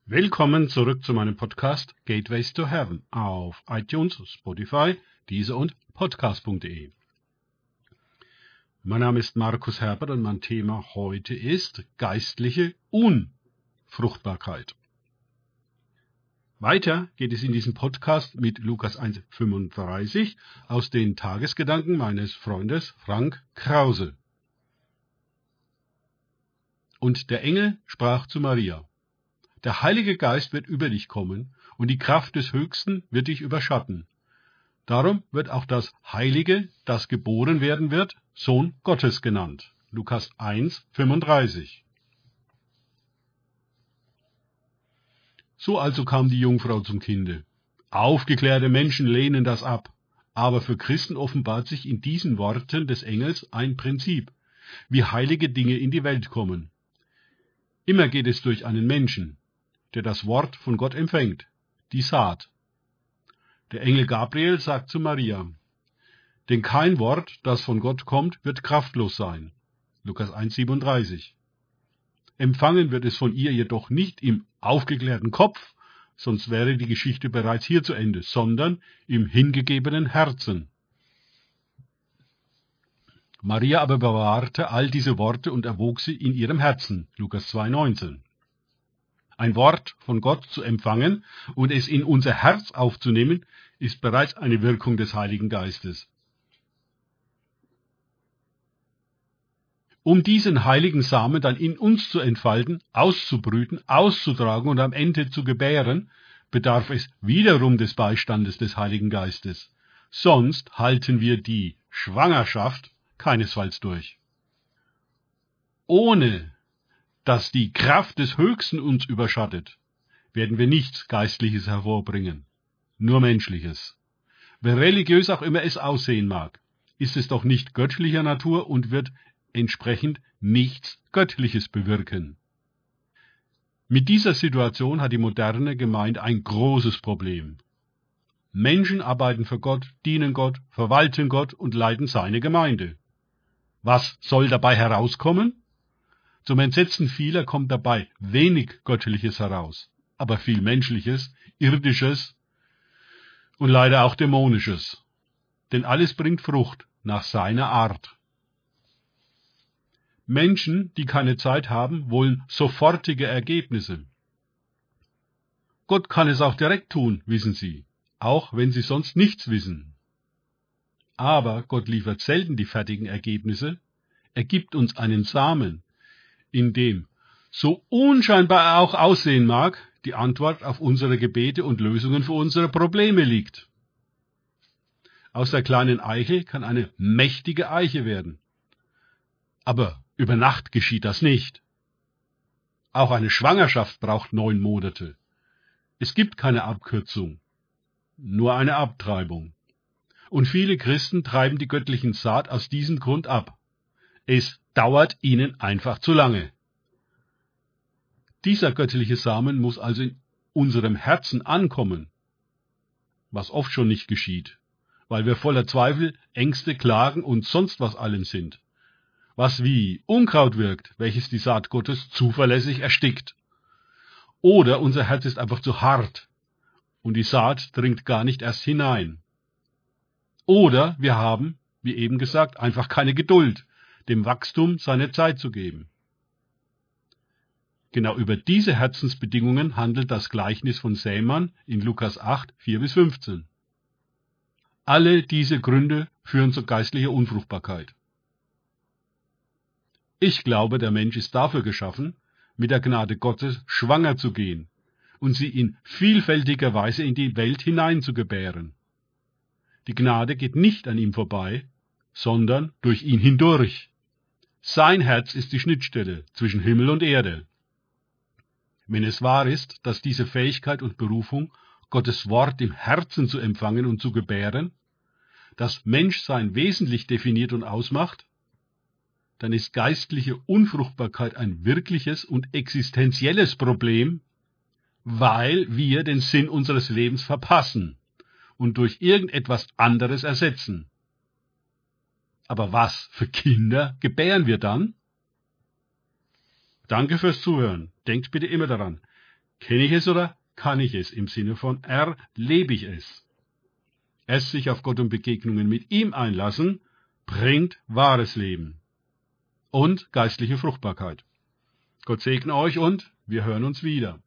Willkommen zurück zu meinem Podcast Gateways to Heaven auf iTunes, Spotify, Deezer und Podcast.de. Mein Name ist Markus Herbert und mein Thema heute ist geistliche Unfruchtbarkeit. Weiter geht es in diesem Podcast mit Lukas 1,35 aus den Tagesgedanken meines Freundes Frank Krause. Und der Engel sprach zu Maria: Der Heilige Geist wird über dich kommen, und die Kraft des Höchsten wird dich überschatten. Darum wird auch das Heilige, das geboren werden wird, Sohn Gottes genannt. Lukas 1,35. So also kam die Jungfrau zum Kinde. Aufgeklärte Menschen lehnen das ab. Aber für Christen offenbart sich in diesen Worten des Engels ein Prinzip, wie heilige Dinge in die Welt kommen. Immer geht es durch einen Menschen, der das Wort von Gott empfängt, die Saat. Der Engel Gabriel sagt zu Maria: Denn kein Wort, das von Gott kommt, wird kraftlos sein. Lukas 1,37. Empfangen wird es von ihr jedoch nicht im aufgeklärten Kopf, sonst wäre die Geschichte bereits hier zu Ende, sondern im hingegebenen Herzen. Maria aber bewahrte all diese Worte und erwog sie in ihrem Herzen. Lukas 2,19. Ein Wort von Gott zu empfangen und es in unser Herz aufzunehmen, ist bereits eine Wirkung des Heiligen Geistes. Um diesen heiligen Samen dann in uns zu entfalten, auszubrüten, auszutragen und am Ende zu gebären, bedarf es wiederum des Beistandes des Heiligen Geistes. Sonst halten wir die Schwangerschaft keinesfalls durch. Ohne dass die Kraft des Höchsten uns überschattet, werden wir nichts Geistliches hervorbringen, nur Menschliches. Wie religiös auch immer es aussehen mag, ist es doch nicht göttlicher Natur und wird entsprechend nichts Göttliches bewirken. Mit dieser Situation hat die moderne Gemeinde ein großes Problem. Menschen arbeiten für Gott, dienen Gott, verwalten Gott und leiten seine Gemeinde. Was soll dabei herauskommen? Zum Entsetzen vieler kommt dabei wenig Göttliches heraus, aber viel Menschliches, Irdisches und leider auch Dämonisches. Denn alles bringt Frucht nach seiner Art. Menschen, die keine Zeit haben, wollen sofortige Ergebnisse. Gott kann es auch direkt tun, wissen sie, auch wenn sie sonst nichts wissen. Aber Gott liefert selten die fertigen Ergebnisse, er gibt uns einen Samen, in dem, so unscheinbar er auch aussehen mag, die Antwort auf unsere Gebete und Lösungen für unsere Probleme liegt. Aus der kleinen Eiche kann eine mächtige Eiche werden. Aber über Nacht geschieht das nicht. Auch eine Schwangerschaft braucht 9 Monate. Es gibt keine Abkürzung, nur eine Abtreibung. Und viele Christen treiben die göttlichen Saat aus diesem Grund ab. Es dauert ihnen einfach zu lange. Dieser göttliche Samen muss also in unserem Herzen ankommen, was oft schon nicht geschieht, weil wir voller Zweifel, Ängste, Klagen und sonst was allem sind, was wie Unkraut wirkt, welches die Saat Gottes zuverlässig erstickt. Oder unser Herz ist einfach zu hart und die Saat dringt gar nicht erst hinein. Oder wir haben, wie eben gesagt, einfach keine Geduld, dem Wachstum seine Zeit zu geben. Genau über diese Herzensbedingungen handelt das Gleichnis von Sämann in Lukas 8, 4-15. Alle diese Gründe führen zu geistlicher Unfruchtbarkeit. Ich glaube, der Mensch ist dafür geschaffen, mit der Gnade Gottes schwanger zu gehen und sie in vielfältiger Weise in die Welt hinein zu gebären. Die Gnade geht nicht an ihm vorbei, sondern durch ihn hindurch. Sein Herz ist die Schnittstelle zwischen Himmel und Erde. Wenn es wahr ist, dass diese Fähigkeit und Berufung, Gottes Wort im Herzen zu empfangen und zu gebären, das Menschsein wesentlich definiert und ausmacht, dann ist geistliche Unfruchtbarkeit ein wirkliches und existenzielles Problem, weil wir den Sinn unseres Lebens verpassen und durch irgendetwas anderes ersetzen. Aber was für Kinder gebären wir dann? Danke fürs Zuhören. Denkt bitte immer daran, Kenne ich es oder kann ich es? Im Sinne von erlebe ich es. Erst sich auf Gott und Begegnungen mit ihm einlassen, bringt wahres Leben und geistliche Fruchtbarkeit. Gott segne euch und wir hören uns wieder.